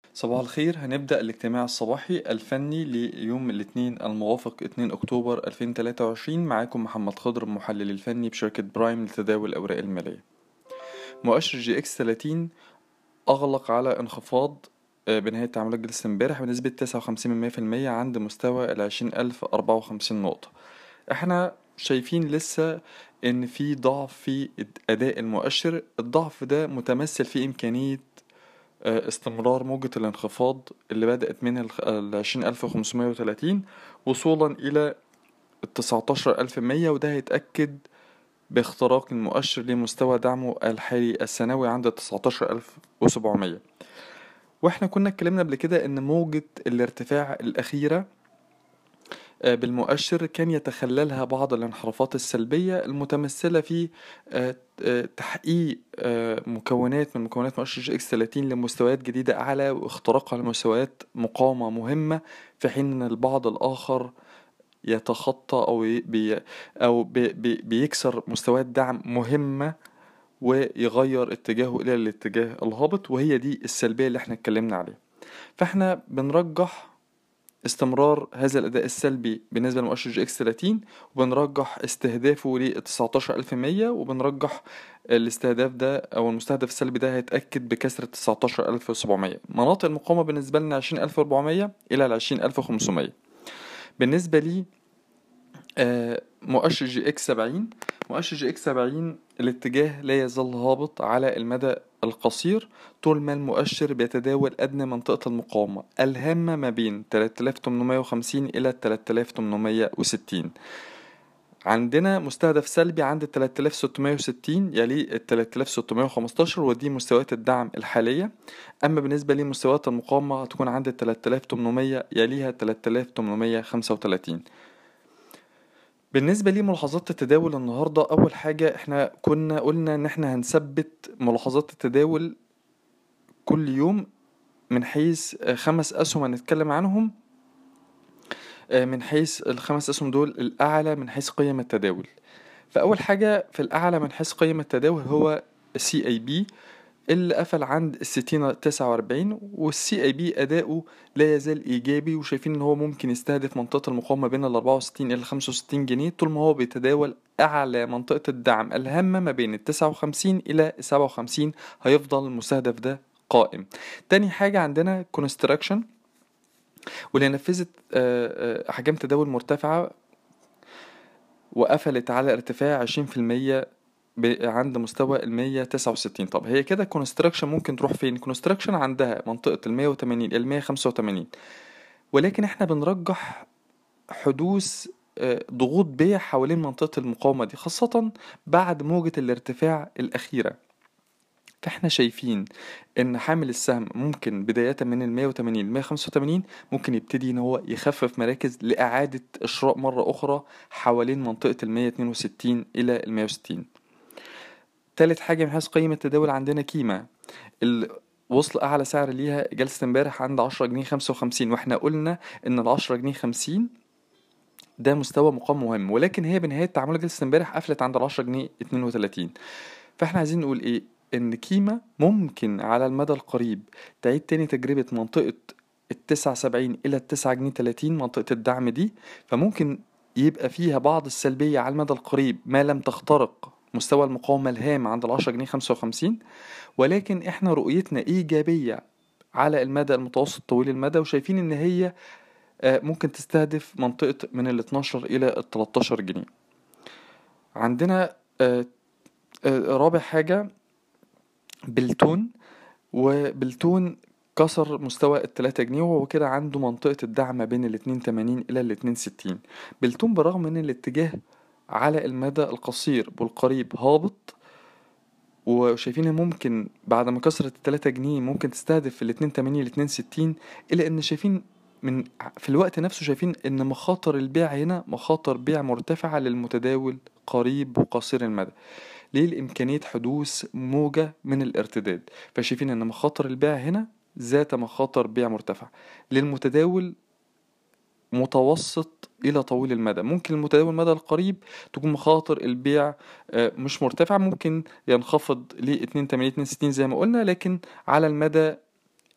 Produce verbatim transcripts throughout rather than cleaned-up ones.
صباح الخير. هنبدأ الاجتماع الصباحي الفني ليوم الاثنين الموافق اثنين أكتوبر ألفين وثلاثة وعشرين. معاكم محمد خضر، المحلل الفني بشركة برايم لتداول الأوراق المالية. مؤشر جي اكس ثلاثين أغلق على انخفاض آه، بنهاية تعاملات جلسة امبارح بنسبة تسعة وخمسين في المية عند مستوى العشرين ألف أربعة وخمسين نقطة. احنا شايفين لسه ان في ضعف في أداء المؤشر. الضعف ده متمثل في إمكانية آه، استمرار موجة الانخفاض اللي بدأت من العشرين ألف وخمسمية وتلاتين وصولا إلى التسعتاشر ألف مية، وده هيتأكد باختراق المؤشر لمستوى دعمه الحالي السنوي عند تسعتاشر ألف وسبعمية. واحنا كنا اتكلمنا قبل كده ان موجة الارتفاع الأخيرة آه، بالمؤشر كان يتخللها بعض الانحرافات السلبية المتمثلة في آه، آه، تحقيق آه، مكونات من مكونات مؤشر جي اكس ثلاثين لمستويات جديدة أعلى واختراقها لمستويات مقاومة مهمة، في حين أن البعض الآخر يتخطى أو ي- بي أو بي بي بيكسر مستويات دعم مهمة ويغير اتجاهه إلى الاتجاه الهابط، وهي دي السلبية اللي احنا اتكلمنا عليها. فاحنا بنرجح استمرار هذا الأداء السلبي بالنسبة لمؤشر جي اكس ثلاثين، وبنرجح استهدافه ل تسعتاشر ألف مية، وبنرجح الاستهداف ده أو المستهدف السلبي ده هيتأكد بكسر تسعتاشر ألف وسبعمية. مناطق المقاومة بالنسبة لنا عشرين ألف وأربعمية إلى عشرين ألف وخمسمية. بالنسبة لي آه، مؤشر جي اكس سبعين، مؤشر جي اكس سبعين الاتجاه لا يزال هابط على المدى القصير طول ما المؤشر بيتداول أدنى منطقة المقاومة الهامة ما بين تلاتة آلاف وتمنمية وخمسين إلى تلاتة آلاف وتمنمية وستين. عندنا مستهدف سلبي عند تلاتة آلاف وستمية وستين، يلي ال تلاتة آلاف وستمية وخمستاشر، ودي مستويات الدعم الحالية. أما بالنسبة لمستويات المقاومة هتكون عند تلاتة آلاف وتمنمية، يليها تلاتة آلاف وتمنمية وخمسة وتلاتين. بالنسبة لي ملاحظات التداول النهاردة، أول حاجة احنا كنا قلنا إن احنا هنثبت ملاحظات التداول كل يوم من حيث آه، خمس أسهم هنتكلم عنهم. آه، من حيث الخمس أسهم دول الأعلى من حيث قيم التداول. فأول حاجة في الأعلى من حيث قيم التداول هو سي اي بي اللي قفل عند الستين تسعة وأربعين، والسي اي بي أداؤه لا يزال إيجابي، وشايفين إن هو ممكن يستهدف منطقة المقاومة بين الأربعة وستين إلى خمسة وستين جنيه طول ما هو بيتداول أعلى منطقة الدعم الهامة ما بين التسعة وخمسين إلى السبعة وخمسين. هيفضل المستهدف ده قائم. تاني حاجة عندنا كونستراكشن، واللي نفذت آه، آه، أحجام تداول مرتفعة وقفلت على ارتفاع عشرين في المية ب- عند مستوى المية تسعة وستين. طب هي كده كونستراكشن ممكن تروح فين؟ كونستراكشن عندها منطقة المية وتمانين المية خمسة وتمانين، ولكن احنا بنرجح حدوث آه، ضغوط بيع حوالين منطقة المقاومة دي، خاصة بعد موجة الارتفاع الأخيرة. فاحنا شايفين ان حامل السهم ممكن بداية من المية وتمانين المية خمسة وتمانين ممكن يبتدي ان هو يخفف مراكز لإعادة إشراء مرة أخرى حوالين منطقة المية اتنين وستين إلى المية وستين. تالت حاجة من حيث قيمة التداول عندنا كيما، ال- وصل أعلى سعر ليها جلسة امبارح عند عشرة جنيه خمسة وخمسين، واحنا قلنا إن العشرة جنيه خمسين ده مستوى مقاومة مهم، ولكن هي بنهاية تعامل جلسة امبارح قفلت عند العشرة جنيه اتنين وتلاتين. فاحنا عايزين نقول ايه؟ إن كيما ممكن على المدى القريب تعيد تاني تجربة منطقة التسعة سبعين إلى التسعة جنيه تلاتين، منطقة الدعم دي. فممكن يبقى فيها بعض السلبية على المدى القريب ما لم تخترق مستوى المقاومة الهام عند العشرة جنيه خمسة وخمسين، ولكن احنا رؤيتنا ايجابية على المدى المتوسط طويل المدى، وشايفين ان هي آه، ممكن تستهدف منطقة من ال اتناشر الى ال تلتاشر جنيه. عندنا آه، آه، رابع حاجة بلتون، وبلتون كسر مستوى التلاتة جنيه، وهو كده عنده منطقة الدعم ما بين الاتنين تمانين إلى الاتنين ستين. بلتون برغم ان الاتجاه على المدى القصير والقريب هابط، وشايفين إن ممكن بعد ما كسرت التلاتة جنيه ممكن تستهدف الاتنين تمانين الاتنين ستين، إلا إن شايفين من في الوقت نفسه شايفين إن مخاطر البيع هنا مخاطر بيع مرتفعة للمتداول قريب وقصير المدى، ليه؟ لإمكانية حدوث موجة من الارتداد. فشايفين إن مخاطر البيع هنا ذات مخاطر بيع مرتفعة. للمتداول متوسط إلى طويل المدى، ممكن المتداول المدى القريب تكون مخاطر البيع آه، مش مرتفعة، ممكن ينخفض ل اتنين تمانين اتنين ستين زي ما قلنا، لكن على المدى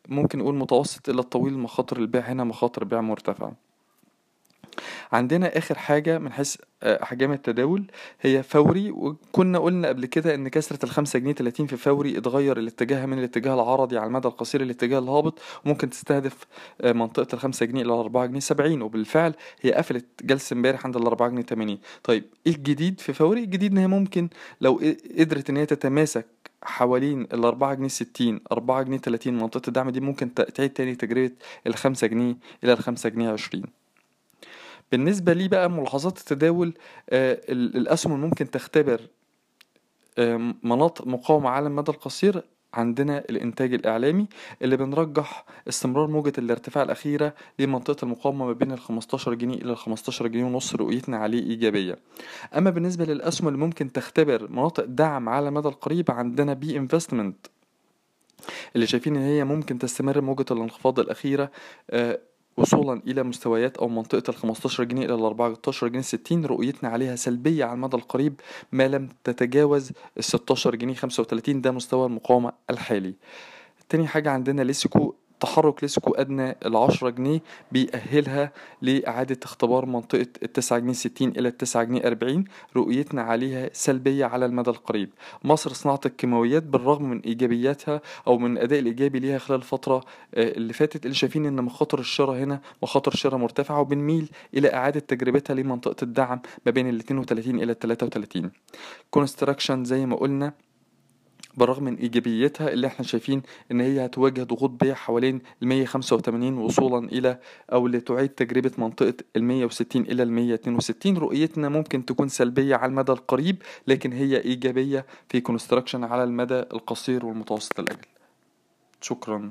ممكن نقول متوسط إلى الطويل، مخاطر البيع هنا مخاطر بيع مرتفعة. عندنا آخر حاجة من حيث آه، أحجام التداول هي فوري، وكنا قلنا قبل كده إن كسرة الخمسة جنيه تلاتين في فوري اتغير الاتجاه من الاتجاه العرضي على المدى القصير الاتجاه الهابط، وممكن تستهدف آه، منطقة الخمسة جنيه إلى أربعة جنيه سبعين، وبالفعل هي قفلت جلسة امبارح عند الأربعة جنيه تمانين. طيب إيه الجديد في فوري؟ الجديد إن هي ممكن لو ق- قدرت إن هي تتماسك حوالين الأربعة جنيه ستين أربعة جنيه تلاتين منطقة الدعم دي، ممكن ت- تعيد تاني تجربة الخمسة جنيه إلى الخمسة جنيه عشرين. بالنسبة لي بقى ملاحظات التداول، آه، ال- الأسهم ممكن تختبر آه، مناطق مقاومة على المدى القصير. عندنا الإنتاج الإعلامي اللي بنرجح استمرار موجة الارتفاع الأخيرة لمنطقة المقاومة ما بين ال خمستاشر جنيه إلى ال خمستاشر جنيه ونص، رؤيتنا عليه إيجابية. أما بالنسبة للأسهم اللي ممكن تختبر مناطق دعم على المدى القريب، عندنا بي انفستمنت اللي شايفين ان هي ممكن تستمر موجة الانخفاض الأخيرة آه، وصولا إلى مستويات أو منطقة ال خمستاشر جنيه إلى ال أربعتاشر جنيه ستين، رؤيتنا عليها سلبية على المدى القريب ما لم تتجاوز ال ستاشر جنيه خمسة وتلاتين، ده مستوى المقاومة الحالي. تاني حاجة عندنا ليسيكو، تحرك ليسيكو أدنى العشرة جنيه بيأهلها لإعادة اختبار منطقة التسعة جنيه ستين إلى التسعة جنيه أربعين، رؤيتنا عليها سلبية على المدى القريب. مصر صناعة الكيماويات بالرغم من إيجابياتها أو من الأداء الإيجابي ليها خلال الفترة آه، اللي فاتت، اللي شايفين إن مخاطر الشراء هنا مخاطر شراء مرتفعة، وبنميل إلى إعادة تجربتها لمنطقة الدعم ما بين ال اتنين وتلاتين إلى ال تلاتة وتلاتين. كونستراكشن زي ما قلنا بالرغم من ايجابيتها اللي احنا شايفين ان هي هتواجه ضغوط بيع حوالين ال مية وخمسة وتمانين وصولا الى او لتعيد تجربة منطقة ال مية وستين الى ال مية واتنين وستين، رؤيتنا ممكن تكون سلبية على المدى القريب لكن هي ايجابية في كونستراكشن على المدى القصير والمتوسط الاجل. شكرا.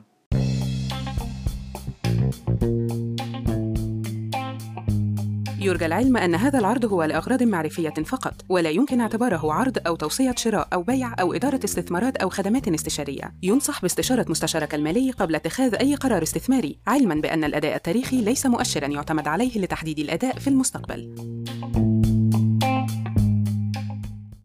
يرجى العلم أن هذا العرض هو لأغراض معرفية فقط، ولا يمكن اعتباره عرض أو توصية شراء أو بيع أو إدارة استثمارات أو خدمات استشارية. ينصح باستشارة مستشارك المالي قبل اتخاذ أي قرار استثماري، علماً بأن الأداء التاريخي ليس مؤشراً يعتمد عليه لتحديد الأداء في المستقبل.